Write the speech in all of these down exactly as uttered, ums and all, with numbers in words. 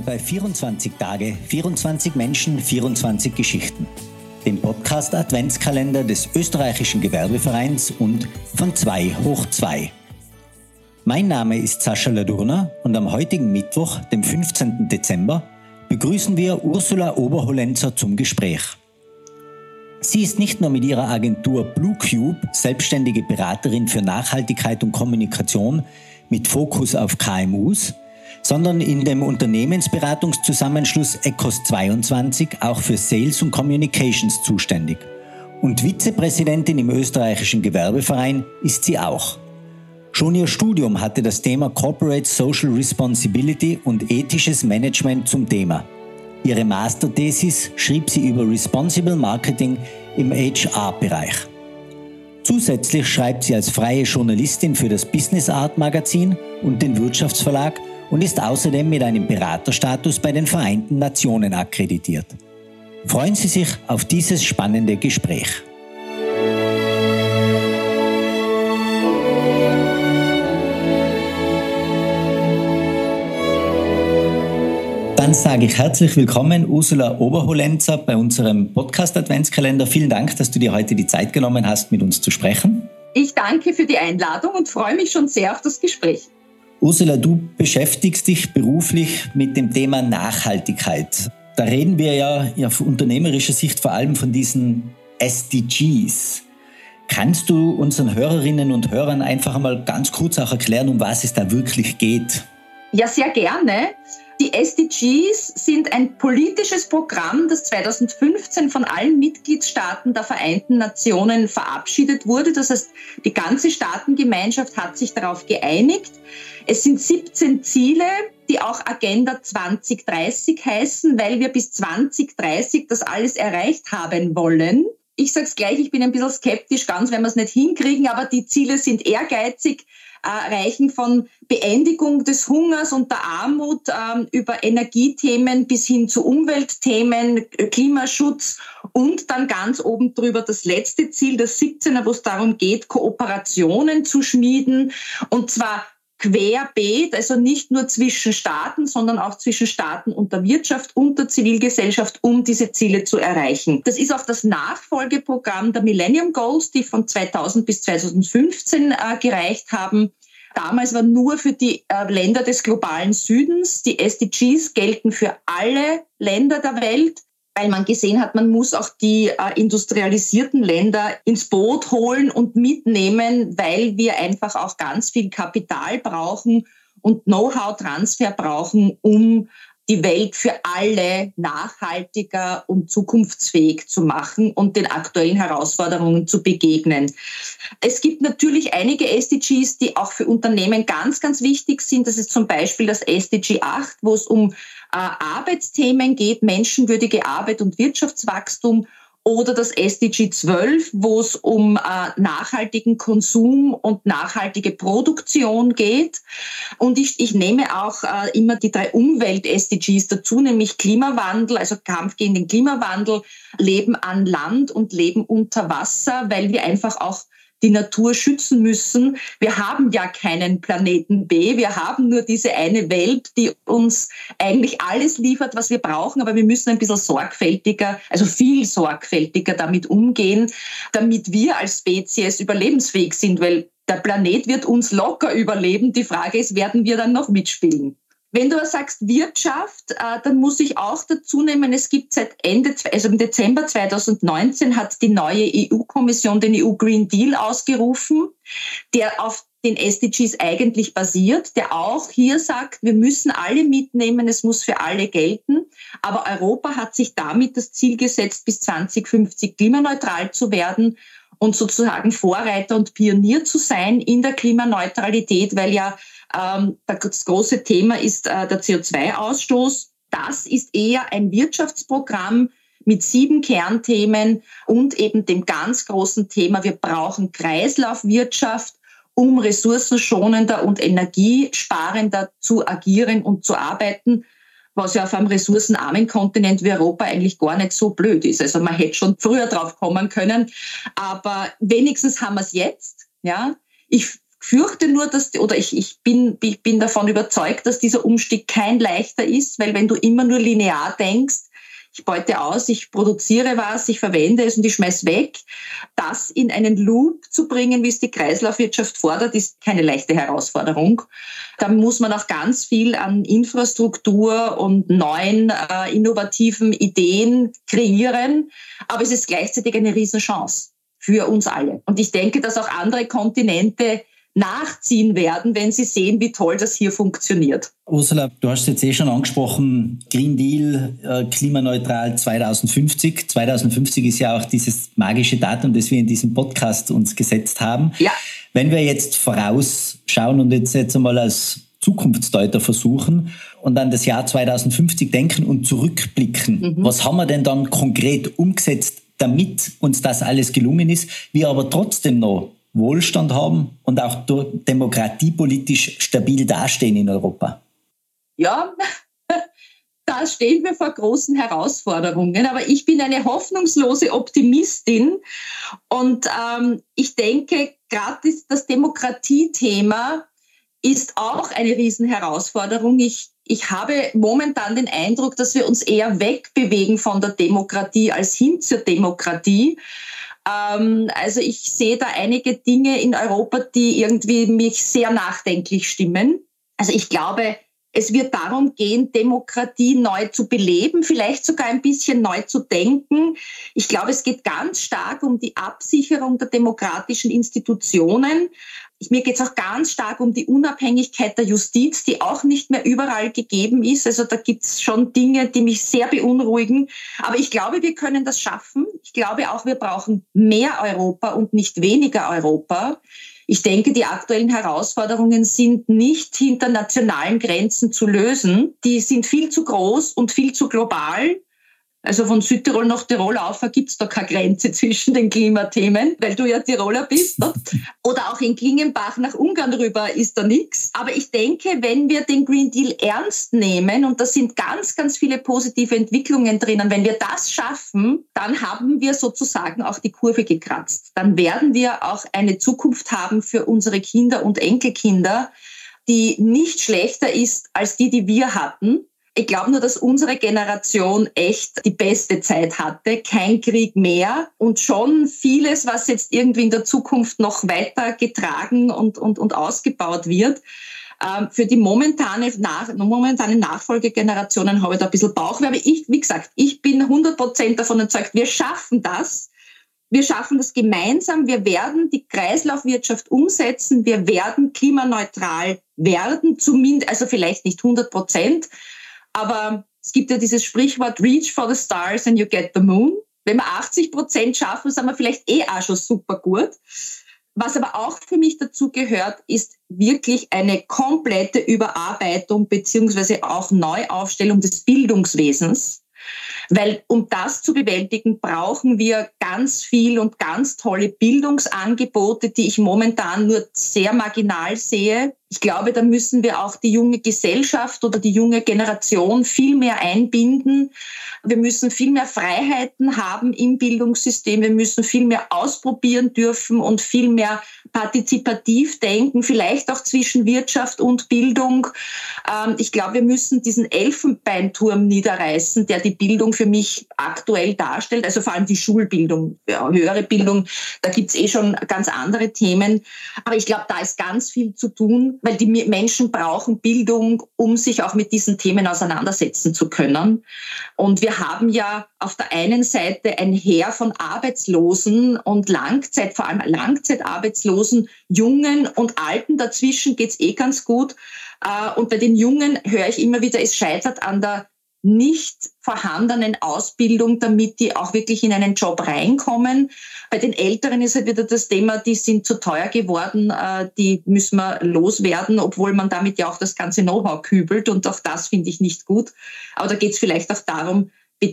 willkommen bei vierundzwanzig Tage, vierundzwanzig Menschen, vierundzwanzig Geschichten, dem Podcast Adventskalender des österreichischen Gewerbevereins und von zwei hoch zwei. Mein Name ist Sascha Ladurner und am heutigen Mittwoch, dem fünfzehnten Dezember, begrüßen wir Ursula Oberhollenzer zum Gespräch. Sie ist nicht nur mit ihrer Agentur Blue Cube selbstständige Beraterin für Nachhaltigkeit und Kommunikation mit Fokus auf K M Us, sondern in dem Unternehmensberatungszusammenschluss E C O S zweiundzwanzig auch für Sales und Communications zuständig. Und Vizepräsidentin im österreichischen Gewerbeverein ist sie auch. Schon ihr Studium hatte das Thema Corporate Social Responsibility und ethisches Management zum Thema. Ihre Masterthesis schrieb sie über Responsible Marketing im H R-Bereich. Zusätzlich schreibt sie als freie Journalistin für das Business Art Magazin und den Wirtschaftsverlag und ist außerdem mit einem Beraterstatus bei den Vereinten Nationen akkreditiert. Freuen Sie sich auf dieses spannende Gespräch. Dann sage ich herzlich willkommen, Ursula Oberhollenzer, bei unserem Podcast-Adventskalender. Vielen Dank, dass du dir heute die Zeit genommen hast, mit uns zu sprechen. Ich danke für die Einladung und freue mich schon sehr auf das Gespräch. Ursula, du beschäftigst dich beruflich mit dem Thema Nachhaltigkeit. Da reden wir ja, ja aus unternehmerischer Sicht vor allem von diesen S D Gs. Kannst du unseren Hörerinnen und Hörern einfach einmal ganz kurz auch erklären, um was es da wirklich geht? Ja, sehr gerne. Die S D Gs sind ein politisches Programm, das zweitausendfünfzehn von allen Mitgliedstaaten der Vereinten Nationen verabschiedet wurde. Das heißt, die ganze Staatengemeinschaft hat sich darauf geeinigt. Es sind siebzehn Ziele, die auch Agenda zwanzig dreißig heißen, weil wir bis zwanzig dreißig das alles erreicht haben wollen. Ich sage es gleich, ich bin ein bisschen skeptisch, ganz wenn wir es nicht hinkriegen, aber die Ziele sind ehrgeizig, äh, reichen von Beendigung des Hungers und der Armut äh, über Energiethemen bis hin zu Umweltthemen, Klimaschutz und dann ganz oben drüber das letzte Ziel, das siebzehner, wo es darum geht, Kooperationen zu schmieden, und zwar querbeet, also nicht nur zwischen Staaten, sondern auch zwischen Staaten und der Wirtschaft und der Zivilgesellschaft, um diese Ziele zu erreichen. Das ist auch das Nachfolgeprogramm der Millennium Goals, die von zweitausend bis zweitausendfünfzehn äh, gereicht haben. Damals war nur für die äh, Länder des globalen Südens. Die S D Gs gelten für alle Länder der Welt, weil man gesehen hat, man muss auch die äh, industrialisierten Länder ins Boot holen und mitnehmen, weil wir einfach auch ganz viel Kapital brauchen und Know-how-Transfer brauchen, um die Welt für alle nachhaltiger und zukunftsfähig zu machen und den aktuellen Herausforderungen zu begegnen. Es gibt natürlich einige S D Gs, die auch für Unternehmen ganz, ganz wichtig sind. Das ist zum Beispiel das S D G acht, wo es um äh, Arbeitsthemen geht, menschenwürdige Arbeit und Wirtschaftswachstum. Oder das S D G zwölf, wo es um äh, nachhaltigen Konsum und nachhaltige Produktion geht. Und ich, ich nehme auch äh, immer die drei Umwelt-S D Gs dazu, nämlich Klimawandel, also Kampf gegen den Klimawandel, Leben an Land und Leben unter Wasser, weil wir einfach auch die Natur schützen müssen. Wir haben ja keinen Planeten B, wir haben nur diese eine Welt, die uns eigentlich alles liefert, was wir brauchen, aber wir müssen ein bisschen sorgfältiger, also viel sorgfältiger damit umgehen, damit wir als Spezies überlebensfähig sind, weil der Planet wird uns locker überleben. Die Frage ist, werden wir dann noch mitspielen? Wenn du sagst Wirtschaft, äh, dann muss ich auch dazu nehmen, es gibt seit Ende, also im Dezember zweitausendneunzehn hat die neue E U-Kommission den E U Green Deal ausgerufen, der auf den S D Gs eigentlich basiert, der auch hier sagt, wir müssen alle mitnehmen, es muss für alle gelten. Aber Europa hat sich damit das Ziel gesetzt, bis zwanzig fünfzig klimaneutral zu werden und sozusagen Vorreiter und Pionier zu sein in der Klimaneutralität, weil ja ähm, das große Thema ist äh, der C O zwei Ausstoß. Das ist eher ein Wirtschaftsprogramm mit sieben Kernthemen und eben dem ganz großen Thema, wir brauchen Kreislaufwirtschaft, um ressourcenschonender und energiesparender zu agieren und zu arbeiten, was ja auf einem ressourcenarmen Kontinent wie Europa eigentlich gar nicht so blöd ist. Also man hätte schon früher drauf kommen können, aber wenigstens haben wir es jetzt. Ja, ich fürchte nur, dass, oder ich, ich, bin, ich bin davon überzeugt, dass dieser Umstieg kein leichter ist, weil wenn du immer nur linear denkst, ich beute aus, ich produziere was, ich verwende es und ich schmeiß weg, das in einen Loop zu bringen, wie es die Kreislaufwirtschaft fordert, ist keine leichte Herausforderung. Da muss man auch ganz viel an Infrastruktur und neuen, äh, innovativen Ideen kreieren, aber es ist gleichzeitig eine Riesenchance für uns alle. Und ich denke, dass auch andere Kontinente nachziehen werden, wenn sie sehen, wie toll das hier funktioniert. Ursula, du hast es jetzt eh schon angesprochen, Green Deal, äh, klimaneutral zweitausendfünfzig. zweitausendfünfzig ist ja auch dieses magische Datum, das wir in diesem Podcast uns gesetzt haben. Ja. Wenn wir jetzt vorausschauen und jetzt, jetzt einmal als Zukunftsdeuter versuchen und an das Jahr zweitausendfünfzig denken und zurückblicken, mhm. was haben wir denn dann konkret umgesetzt, damit uns das alles gelungen ist, wir aber trotzdem noch Wohlstand haben und auch demokratiepolitisch stabil dastehen in Europa? Ja, da stehen wir vor großen Herausforderungen. Aber ich bin eine hoffnungslose Optimistin und ähm, ich denke, gerade das, das Demokratiethema ist auch eine Riesenherausforderung. Ich, ich habe momentan den Eindruck, dass wir uns eher wegbewegen von der Demokratie als hin zur Demokratie. Also ich sehe da einige Dinge in Europa, die irgendwie mich sehr nachdenklich stimmen. Also ich glaube, es wird darum gehen, Demokratie neu zu beleben, vielleicht sogar ein bisschen neu zu denken. Ich glaube, es geht ganz stark um die Absicherung der demokratischen Institutionen. Mir geht es auch ganz stark um die Unabhängigkeit der Justiz, die auch nicht mehr überall gegeben ist. Also da gibt es schon Dinge, die mich sehr beunruhigen. Aber ich glaube, wir können das schaffen. Ich glaube auch, wir brauchen mehr Europa und nicht weniger Europa. Ich denke, die aktuellen Herausforderungen sind nicht hinter nationalen Grenzen zu lösen. Die sind viel zu groß und viel zu global. Also von Südtirol nach Tirol auf gibt es da keine Grenze zwischen den Klimathemen, weil du ja Tiroler bist. Oder auch in Klingenbach nach Ungarn rüber ist da nichts. Aber ich denke, wenn wir den Green Deal ernst nehmen, und da sind ganz, ganz viele positive Entwicklungen drinnen, wenn wir das schaffen, dann haben wir sozusagen auch die Kurve gekratzt. Dann werden wir auch eine Zukunft haben für unsere Kinder und Enkelkinder, die nicht schlechter ist als die, die wir hatten. Ich glaube nur, dass unsere Generation echt die beste Zeit hatte. Kein Krieg mehr und schon vieles, was jetzt irgendwie in der Zukunft noch weiter getragen und, und, und ausgebaut wird. Ähm, für die momentane, nach, momentane Nachfolgegenerationen habe ich da ein bisschen Bauchweh. Aber ich, wie gesagt, ich bin hundert Prozent davon überzeugt, wir schaffen das. Wir schaffen das gemeinsam. Wir werden die Kreislaufwirtschaft umsetzen. Wir werden klimaneutral werden, zumindest, also vielleicht nicht hundert Prozent. Aber es gibt ja dieses Sprichwort, reach for the stars and you get the moon. Wenn wir achtzig Prozent schaffen, sind wir vielleicht eh auch schon super gut. Was aber auch für mich dazu gehört, ist wirklich eine komplette Überarbeitung beziehungsweise auch Neuaufstellung des Bildungswesens. Weil um das zu bewältigen, brauchen wir ganz viel und ganz tolle Bildungsangebote, die ich momentan nur sehr marginal sehe. Ich glaube, da müssen wir auch die junge Gesellschaft oder die junge Generation viel mehr einbinden. Wir müssen viel mehr Freiheiten haben im Bildungssystem. Wir müssen viel mehr ausprobieren dürfen und viel mehr partizipativ denken, vielleicht auch zwischen Wirtschaft und Bildung. Ich glaube, wir müssen diesen Elfenbeinturm niederreißen, der die Bildung für mich aktuell darstellt. Also vor allem die Schulbildung, ja, höhere Bildung, da gibt's eh schon ganz andere Themen. Aber ich glaube, da ist ganz viel zu tun, weil die Menschen brauchen Bildung, um sich auch mit diesen Themen auseinandersetzen zu können. Und wir haben ja auf der einen Seite ein Heer von Arbeitslosen und Langzeit, vor allem Langzeitarbeitslosen, Jungen und Alten. Dazwischen geht's eh ganz gut. Und bei den Jungen höre ich immer wieder, es scheitert an der nicht vorhandenen Ausbildung, damit die auch wirklich in einen Job reinkommen. Bei den Älteren ist halt wieder das Thema, die sind zu teuer geworden, die müssen wir loswerden, obwohl man damit ja auch das ganze Know-how kübelt und auch das finde ich nicht gut. Aber da geht es vielleicht auch darum,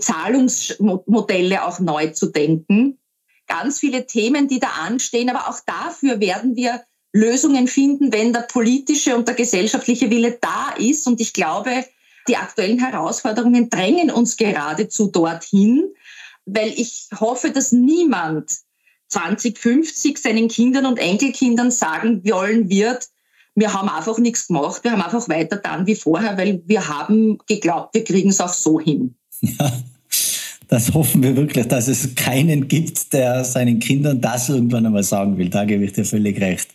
Bezahlungsmodelle auch neu zu denken. Ganz viele Themen, die da anstehen, aber auch dafür werden wir Lösungen finden, wenn der politische und der gesellschaftliche Wille da ist. Und ich glaube, die aktuellen Herausforderungen drängen uns geradezu dorthin, weil ich hoffe, dass niemand zwanzig fünfzig seinen Kindern und Enkelkindern sagen wollen wird, wir haben einfach nichts gemacht, wir haben einfach weiter getan wie vorher, weil wir haben geglaubt, wir kriegen es auch so hin. Ja, das hoffen wir wirklich, dass es keinen gibt, der seinen Kindern das irgendwann einmal sagen will. Da gebe ich dir völlig recht.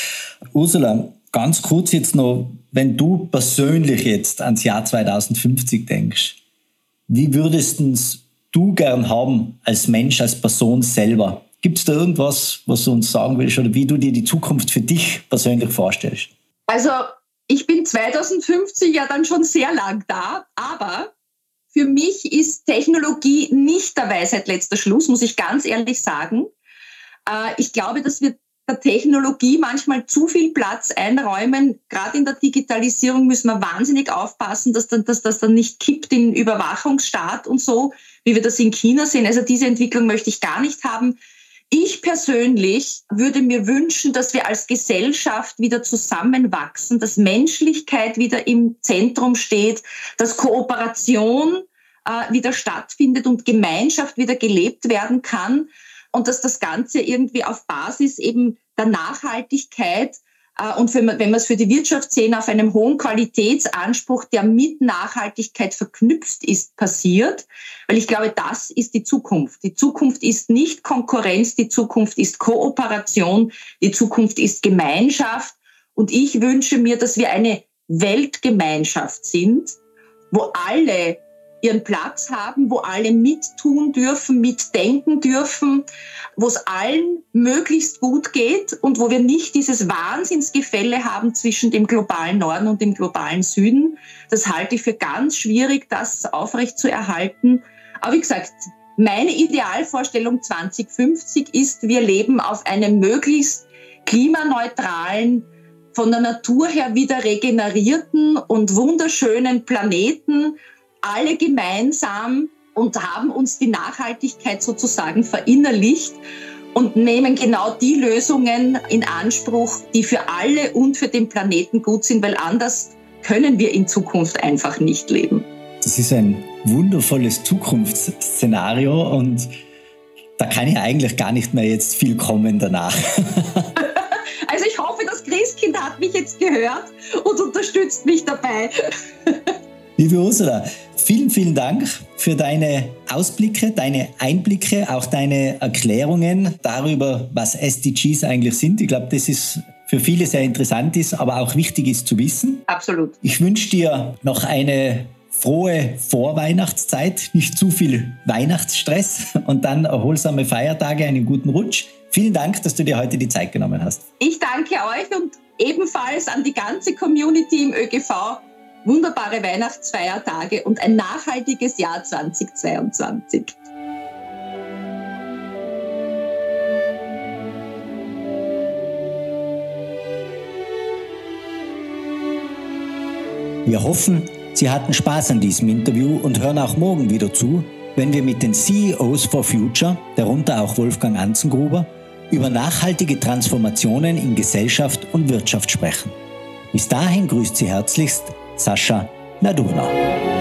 Ursula, ganz kurz jetzt noch, wenn du persönlich jetzt ans Jahr zwanzig fünfzig denkst, wie würdest du gern haben als Mensch, als Person selber? Gibt es da irgendwas, was du uns sagen willst oder wie du dir die Zukunft für dich persönlich vorstellst? Also ich bin zwanzig fünfzig ja dann schon sehr lang da, aber für mich ist Technologie nicht der Weisheit letzter Schluss, muss ich ganz ehrlich sagen. Ich glaube, dass wir der Technologie manchmal zu viel Platz einräumen. Gerade in der Digitalisierung müssen wir wahnsinnig aufpassen, dass, dann, dass das dann nicht kippt in Überwachungsstaat und so, wie wir das in China sehen. Also diese Entwicklung möchte ich gar nicht haben. Ich persönlich würde mir wünschen, dass wir als Gesellschaft wieder zusammenwachsen, dass Menschlichkeit wieder im Zentrum steht, dass Kooperation äh, wieder stattfindet und Gemeinschaft wieder gelebt werden kann und dass das Ganze irgendwie auf Basis eben der Nachhaltigkeit äh, und wenn, wenn wir es für die Wirtschaft sehen, auf einem hohen Qualitätsanspruch, der mit Nachhaltigkeit verknüpft ist, passiert. Weil ich glaube, das ist die Zukunft. Die Zukunft ist nicht Konkurrenz, die Zukunft ist Kooperation, die Zukunft ist Gemeinschaft. Und ich wünsche mir, dass wir eine Weltgemeinschaft sind, wo alle ihren Platz haben, wo alle mittun dürfen, mitdenken dürfen, wo es allen möglichst gut geht und wo wir nicht dieses Wahnsinnsgefälle haben zwischen dem globalen Norden und dem globalen Süden. Das halte ich für ganz schwierig, das aufrechtzuerhalten. Aber wie gesagt, meine Idealvorstellung zwanzig fünfzig ist, wir leben auf einem möglichst klimaneutralen, von der Natur her wieder regenerierten und wunderschönen Planeten, alle gemeinsam und haben uns die Nachhaltigkeit sozusagen verinnerlicht und nehmen genau die Lösungen in Anspruch, die für alle und für den Planeten gut sind, weil anders können wir in Zukunft einfach nicht leben. Das ist ein wundervolles Zukunftsszenario und da kann ja eigentlich gar nicht mehr jetzt viel kommen danach. Also ich hoffe, das Christkind hat mich jetzt gehört und unterstützt mich dabei. Liebe Ursula, vielen, vielen Dank für deine Ausblicke, deine Einblicke, auch deine Erklärungen darüber, was S D Gs eigentlich sind. Ich glaube, das ist für viele sehr interessant ist, aber auch wichtig ist zu wissen. Absolut. Ich wünsche dir noch eine frohe Vorweihnachtszeit, nicht zu viel Weihnachtsstress und dann erholsame Feiertage, einen guten Rutsch. Vielen Dank, dass du dir heute die Zeit genommen hast. Ich danke euch und ebenfalls an die ganze Community im Ö G V. Wunderbare Weihnachtsfeiertage und ein nachhaltiges Jahr zwanzig zweiundzwanzig. Wir hoffen, Sie hatten Spaß an diesem Interview und hören auch morgen wieder zu, wenn wir mit den C E Os for Future, darunter auch Wolfgang Anzengruber, über nachhaltige Transformationen in Gesellschaft und Wirtschaft sprechen. Bis dahin grüßt Sie herzlichst Sascha Ladurna.